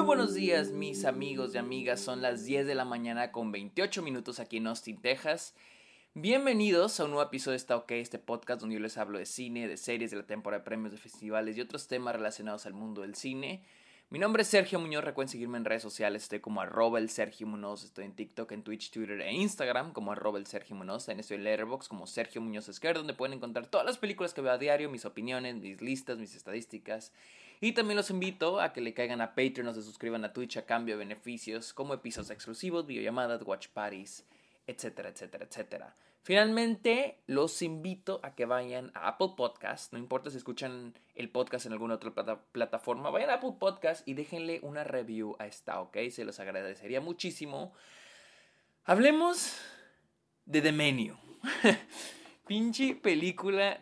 buenos días, mis amigos y amigas. Son las 10 de la mañana con 28 minutos aquí en Austin, Texas. Bienvenidos a un nuevo episodio de Está OK, este podcast donde yo les hablo de cine, de series, de la temporada de premios, de festivales y otros temas relacionados al mundo del cine. Mi nombre es Sergio Muñoz, recuerden seguirme en redes sociales, estoy como el Sergio Muñoz, estoy en TikTok, en Twitch, Twitter e Instagram como el Sergio Muñoz, también estoy en Letterboxd como Sergio Muñoz Esquer, donde pueden encontrar todas las películas que veo a diario, mis opiniones, mis listas, mis estadísticas. Y también los invito a que le caigan a Patreon o se suscriban a Twitch a cambio de beneficios como episodios exclusivos, videollamadas, watch parties, etcétera, etcétera, etcétera. Finalmente, los invito a que vayan a Apple Podcast. No importa si escuchan el podcast en alguna otra plataforma. Vayan a Apple Podcast y déjenle una review a Está OK. Se los agradecería muchísimo. Hablemos de The Menu. Pinche película.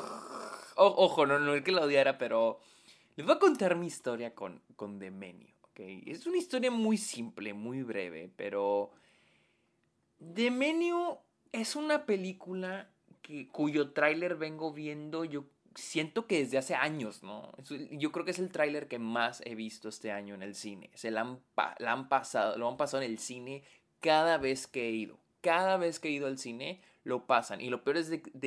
Ojo, no es que la odiara, pero les voy a contar mi historia con The Menu. ¿Okay? Es una historia muy simple, muy breve, pero The Menu es una película cuyo tráiler vengo viendo, yo siento que desde hace años, ¿no? Yo creo que es el tráiler que más he visto este año en el cine. Lo han pasado en el cine cada vez que he ido. Cada vez que he ido al cine lo pasan. Y lo peor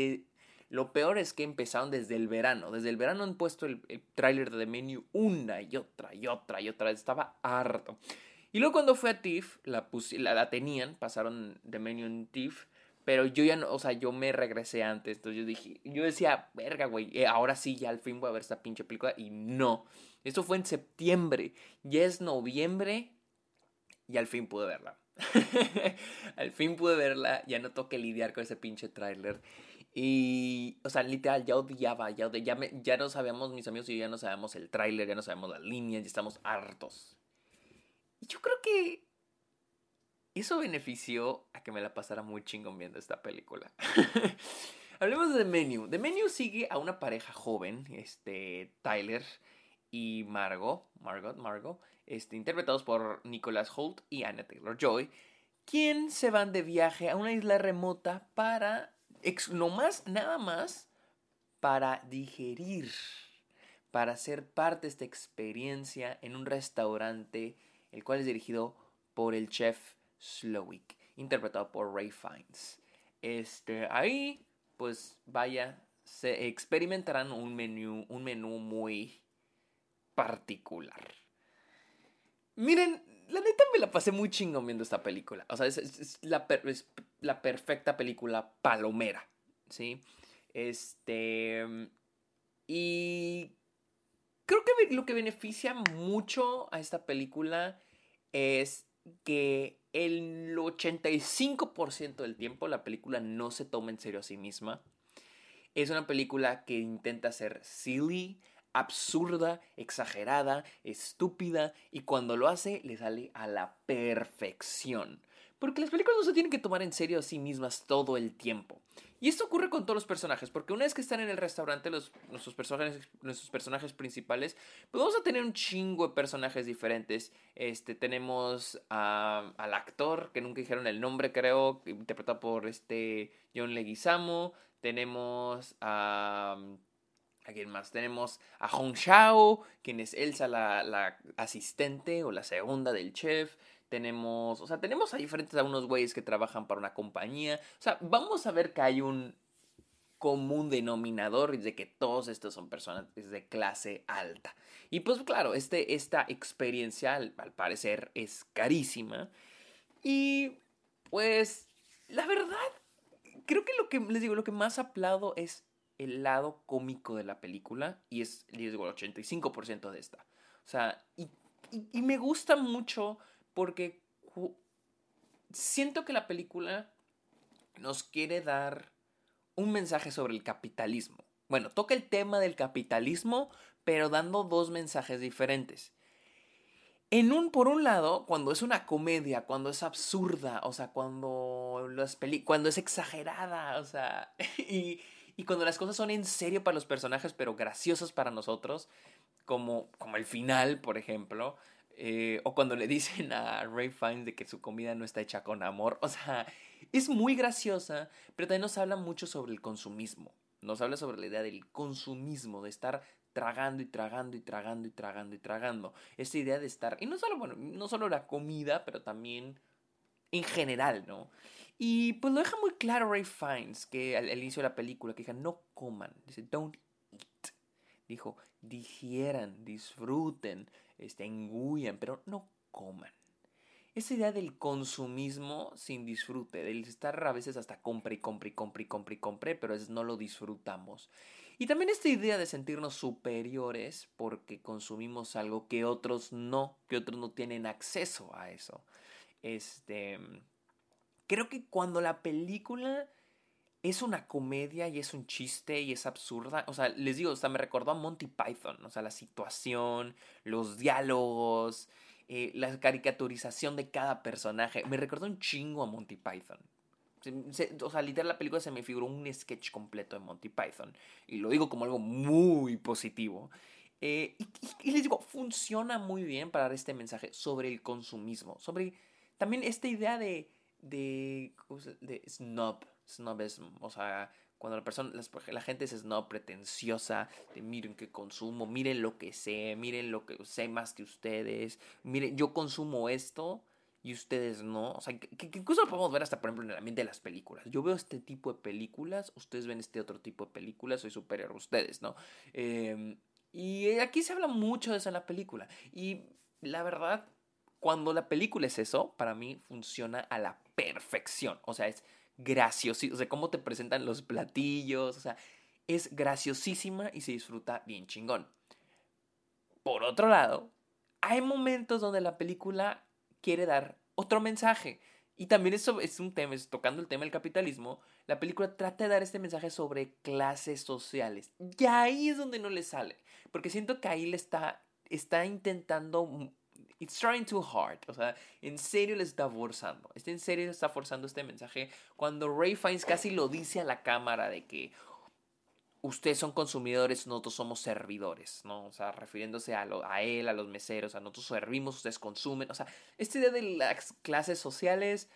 es que empezaron desde el verano. Desde el verano han puesto el tráiler de The Menu una y otra y otra y otra. Estaba harto. Y luego cuando fue a TIFF, la tenían, pasaron The Menu en TIFF, pero yo ya no, o sea, yo me regresé antes, entonces yo decía, verga, güey, ahora sí, ya al fin voy a ver esta pinche película, y no. Esto fue en septiembre, ya es noviembre, y al fin pude verla. Al fin pude verla, ya no tengo que lidiar con ese pinche tráiler. Y, o sea, literal, ya no sabíamos, mis amigos y yo ya no sabíamos el tráiler, ya no sabíamos las líneas, ya estamos hartos. Y yo creo que eso benefició a que me la pasara muy chingón viendo esta película. Hablemos de The Menu. The Menu sigue a una pareja joven, Tyler y Margot, interpretados por Nicholas Hoult y Anya Taylor-Joy, quien se van de viaje a una isla remota nada más, para digerir, para ser parte de esta experiencia en un restaurante, el cual es dirigido por el chef Slowik, interpretado por Ray Fiennes. Ahí, pues vaya, se experimentarán un menú muy particular. Miren, la neta me la pasé muy chingón viendo esta película. O sea, es la perfecta película palomera, ¿sí? Y creo que lo que beneficia mucho a esta película es que el 85% del tiempo la película no se toma en serio a sí misma. Es una película que intenta ser silly, absurda, exagerada, estúpida, y cuando lo hace le sale a la perfección. Porque las películas no se tienen que tomar en serio a sí mismas todo el tiempo. Y esto ocurre con todos los personajes, porque una vez que están en el restaurante, nuestros personajes principales, pues vamos a tener un chingo de personajes diferentes. Tenemos al actor, que nunca dijeron el nombre, creo, interpretado por John Leguizamo. Tenemos ¿a quién más? Tenemos a Hong Shao, quien es Elsa, la asistente o la segunda del chef. Tenemos a unos güeyes que trabajan para una compañía. O sea, vamos a ver que hay un común denominador de que todos estos son personas de clase alta. Y pues claro, esta experiencia al parecer es carísima. Y pues la verdad, creo que lo que más aplaudo es el lado cómico de la película. Y les digo, el 85% de esta. O sea, y me gusta mucho porque siento que la película nos quiere dar un mensaje sobre el capitalismo. Bueno, toca el tema del capitalismo, pero dando dos mensajes diferentes. Por un lado, cuando es una comedia, cuando es absurda, o sea, cuando es exagerada, o sea, y cuando las cosas son en serio para los personajes, pero graciosas para nosotros, como el final, por ejemplo, o cuando le dicen a Ray Fiennes de que su comida no está hecha con amor, o sea, es muy graciosa, pero también nos habla mucho sobre el consumismo. Nos habla sobre la idea del consumismo, de estar tragando y tragando y tragando y tragando y tragando. Esta idea de estar, y no solo, bueno, no solo la comida, pero también en general, ¿no? Y pues lo deja muy claro Ray Fiennes, que al inicio de la película, que dice, no coman, dice, don't eat. Dijo, digieran, disfruten, engullan, pero no coman. Esa idea del consumismo sin disfrute, del estar a veces hasta compre y compre y compre y compre y compre, pero no lo disfrutamos. Y también esta idea de sentirnos superiores porque consumimos algo que otros no tienen acceso a eso. Este, Creo que cuando la película es una comedia y es un chiste y es absurda, o sea, les digo, o sea, me recordó a Monty Python, o sea, la situación, los diálogos, la caricaturización de cada personaje, me recordó un chingo a Monty Python. O sea, literal la película se me figuró un sketch completo de Monty Python. Y lo digo como algo muy positivo. Y les digo, funciona muy bien para dar este mensaje sobre el consumismo. Sobre también esta idea de snobism. O sea, cuando la gente es snob, pretenciosa, de miren qué consumo, miren lo que sé, miren lo que sé más que ustedes, miren, yo consumo esto y ustedes no. O sea, que incluso lo podemos ver hasta, por ejemplo, en el ambiente de las películas. Yo veo este tipo de películas, ustedes ven este otro tipo de películas, soy superior a ustedes, ¿no? Y aquí se habla mucho de eso en la película. Y la verdad, cuando la película es eso, para mí funciona a la perfección. O sea, es graciosísimo. O sea, cómo te presentan los platillos. O sea, es graciosísima y se disfruta bien chingón. Por otro lado, hay momentos donde la película quiere dar otro mensaje. Y también eso es un tema, tocando el tema del capitalismo, la película trata de dar este mensaje sobre clases sociales. Y ahí es donde no le sale. Porque siento que ahí está intentando. It's trying too hard. O sea, en serio le está forzando. En serio le está forzando este mensaje. Cuando Ray Fiennes casi lo dice a la cámara de que ustedes son consumidores, nosotros somos servidores, ¿no? O sea, refiriéndose a él, a los meseros, a nosotros servimos, ustedes consumen. O sea, esta idea de las clases sociales.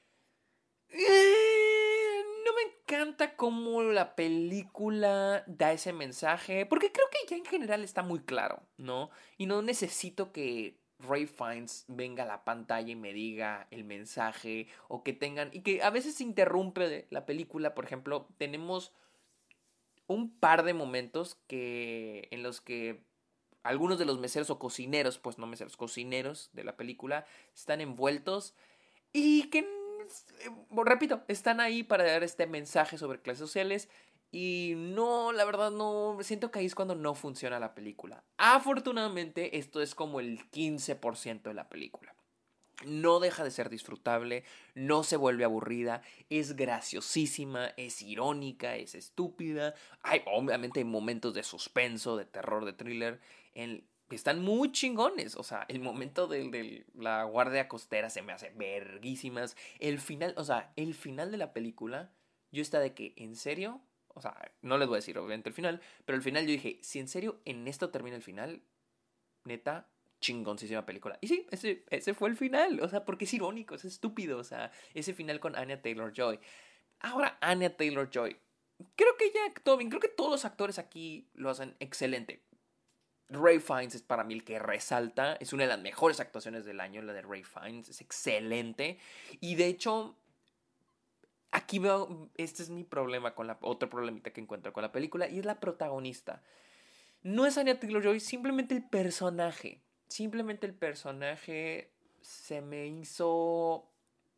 No me encanta cómo la película da ese mensaje, porque creo que ya en general está muy claro, ¿no? Y no necesito que Ray Fiennes venga a la pantalla y me diga el mensaje, o que tengan, y que a veces se interrumpe la película. Por ejemplo, tenemos un par de momentos en los que algunos de los meseros o cocineros, pues no meseros, cocineros de la película, están envueltos y que, repito, están ahí para dar este mensaje sobre clases sociales. Y no, la verdad no, siento que ahí es cuando no funciona la película. Afortunadamente, esto es como el 15% de la película. No deja de ser disfrutable, no se vuelve aburrida, es graciosísima, es irónica, es estúpida. Obviamente hay momentos de suspenso, de terror, de thriller, están muy chingones. O sea, el momento de la guardia costera se me hace verguísimas. El final, o sea, el final de la película, yo estaba de que, ¿en serio? O sea, no les voy a decir obviamente el final, pero al final yo dije, si en serio en esto termina el final, neta, chingoncísima película. Y sí, ese fue el final. O sea, porque es irónico, es estúpido. O sea, ese final con Anya Taylor-Joy. Ahora, Anya Taylor-Joy. Creo que ya actuó bien. Creo que todos los actores aquí lo hacen excelente. Ray Fiennes es para mí el que resalta. Es una de las mejores actuaciones del año, la de Ray Fiennes. Es excelente. Y de hecho, aquí veo. Este es mi problema con otro problemita que encuentro con la película. Y es la protagonista. No es Anya Taylor-Joy, simplemente el personaje. Simplemente el personaje se me hizo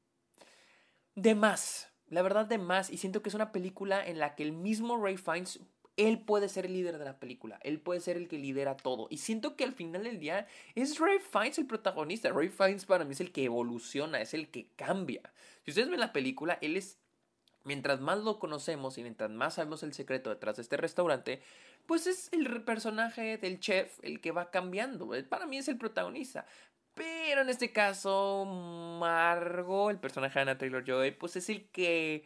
de más. La verdad, de más. Y siento que es una película en la que el mismo Ray Fiennes, él puede ser el líder de la película. Él puede ser el que lidera todo. Y siento que al final del día es Ray Fiennes el protagonista. Ray Fiennes para mí es el que evoluciona, es el que cambia. Si ustedes ven la película, él es... Mientras más lo conocemos y mientras más sabemos el secreto detrás de este restaurante, pues es el personaje del chef el que va cambiando. Para mí es el protagonista. Pero en este caso, Margot, el personaje de Anna Taylor-Joy, pues es el que,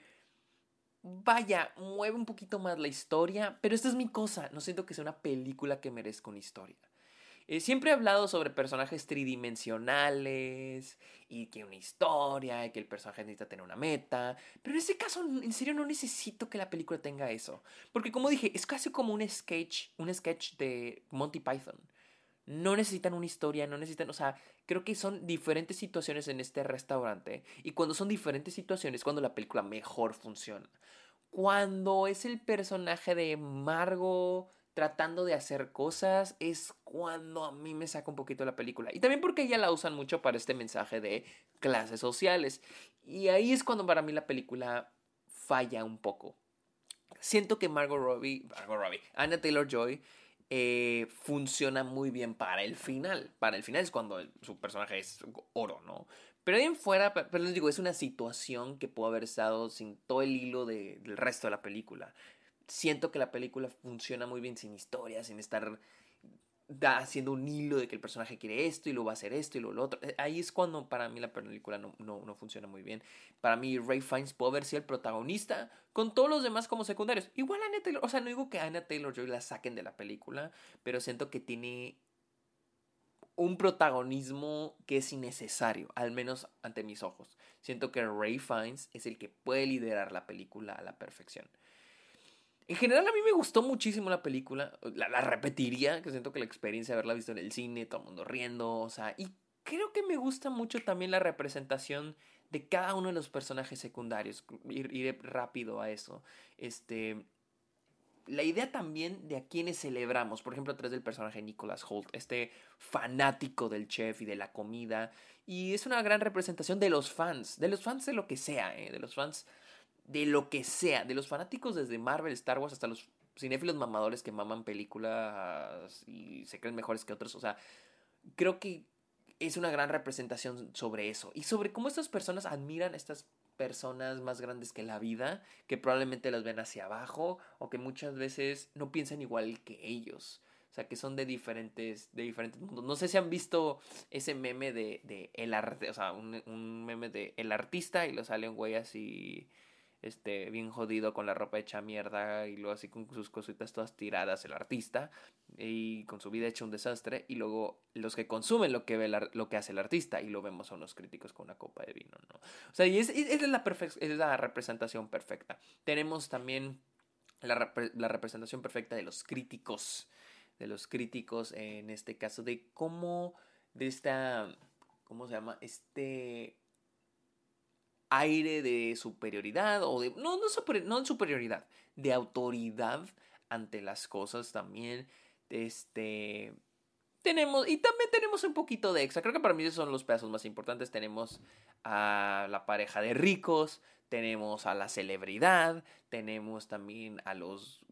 vaya, mueve un poquito más la historia. Pero esta es mi cosa. No siento que sea una película que merezca una historia. Siempre he hablado sobre personajes tridimensionales y que una historia y que el personaje necesita tener una meta. Pero en este caso, en serio, no necesito que la película tenga eso. Porque como dije, es casi como un sketch de Monty Python. No necesitan una historia, no necesitan, o sea, creo que son diferentes situaciones en este restaurante. Y cuando son diferentes situaciones, cuando la película mejor funciona. Cuando es el personaje de Margot tratando de hacer cosas, es cuando a mí me saca un poquito la película. Y también porque ella la usan mucho para este mensaje de clases sociales. Y ahí es cuando para mí la película falla un poco. Siento que Anya Taylor-Joy funciona muy bien para el final. Para el final es cuando su personaje es oro, ¿no? Pero ahí en fuera, pero les digo, es una situación que pudo haber estado sin todo el hilo del resto de la película. Siento que la película funciona muy bien sin historia, sin estar haciendo un hilo de que el personaje quiere esto y lo va a hacer esto y lo otro. Ahí es cuando para mí la película no funciona muy bien. Para mí Ray Fiennes puede haber sido el protagonista con todos los demás como secundarios. Igual Anya Taylor, o sea, no digo que Anya Taylor-Joy la saquen de la película, pero siento que tiene un protagonismo que es innecesario, al menos ante mis ojos. Siento que Ray Fiennes es el que puede liderar la película a la perfección. En general a mí me gustó muchísimo la película, la repetiría, que siento que la experiencia de haberla visto en el cine, todo el mundo riendo, o sea, y creo que me gusta mucho también la representación de cada uno de los personajes secundarios. Iré rápido a eso. La idea también de a quienes celebramos, por ejemplo, a través del personaje Nicholas Hoult, este fanático del chef y de la comida, y es una gran representación de los fans de lo que sea, de los fans de lo que sea, de los fanáticos desde Marvel, Star Wars, hasta los cinéfilos mamadores que maman películas y se creen mejores que otros. O sea, creo que es una gran representación sobre eso y sobre cómo estas personas admiran a estas personas más grandes que la vida, que probablemente las ven hacia abajo o que muchas veces no piensan igual que ellos. O sea, que son de diferentes mundos. No sé si han visto ese meme de el arte, o sea, un meme de el artista y lo sale un güey así bien jodido con la ropa hecha mierda y luego así con sus cositas todas tiradas el artista y con su vida hecha un desastre y luego los que consumen lo que lo que hace el artista y lo vemos a unos críticos con una copa de vino, ¿no? O sea, y es la representación perfecta. Tenemos también la representación perfecta de los críticos en este caso de cómo de esta ¿cómo se llama? Aire de superioridad o de no de superioridad, de autoridad ante las cosas también. Tenemos y también tenemos un poquito de extra. Creo que para mí esos son los pedazos más importantes. Tenemos a la pareja de ricos, tenemos a la celebridad, tenemos también a los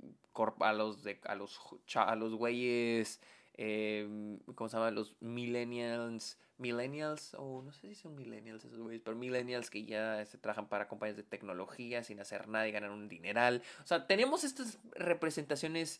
a los güeyes ¿cómo se llama? Los millennials, o no sé si son millennials esos güeyes, pero millennials que ya trabajan para compañías de tecnología sin hacer nada y ganan un dineral. O sea, tenemos estas representaciones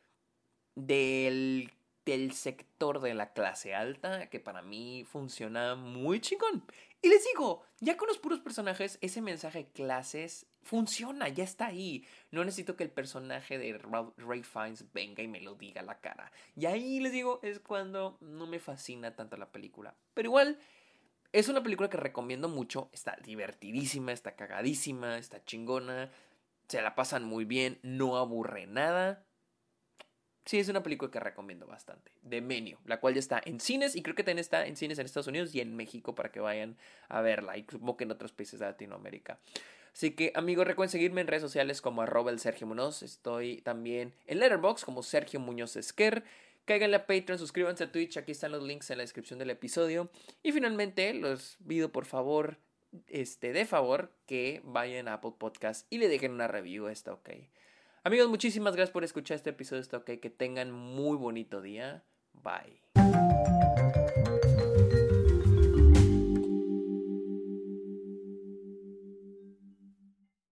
del, del sector de la clase alta que para mí funciona muy chingón. Y les digo, ya con los puros personajes, ese mensaje de clases funciona, ya está ahí. No necesito que el personaje de Ray Fiennes venga y me lo diga a la cara. Y ahí les digo, es cuando no me fascina tanto la película. Pero igual, es una película que recomiendo mucho. Está divertidísima, está cagadísima, está chingona. Se la pasan muy bien, no aburre nada. Sí, es una película que recomiendo bastante. The Menu, la cual ya está en cines y creo que también está en cines en Estados Unidos y en México para que vayan a verla y supongo que en otros países de Latinoamérica. Así que amigos, recuerden seguirme en redes sociales como @elsergiomunoz. Estoy también en Letterboxd como Sergio Muñoz Esquer. Cáiganle a Patreon, suscríbanse a Twitch, aquí están los links en la descripción del episodio. Y finalmente, los pido por favor, de favor, que vayan a Apple Podcast y le dejen una review, está ok. Amigos, muchísimas gracias por escuchar este episodio. Está ok. Que tengan muy bonito día. Bye.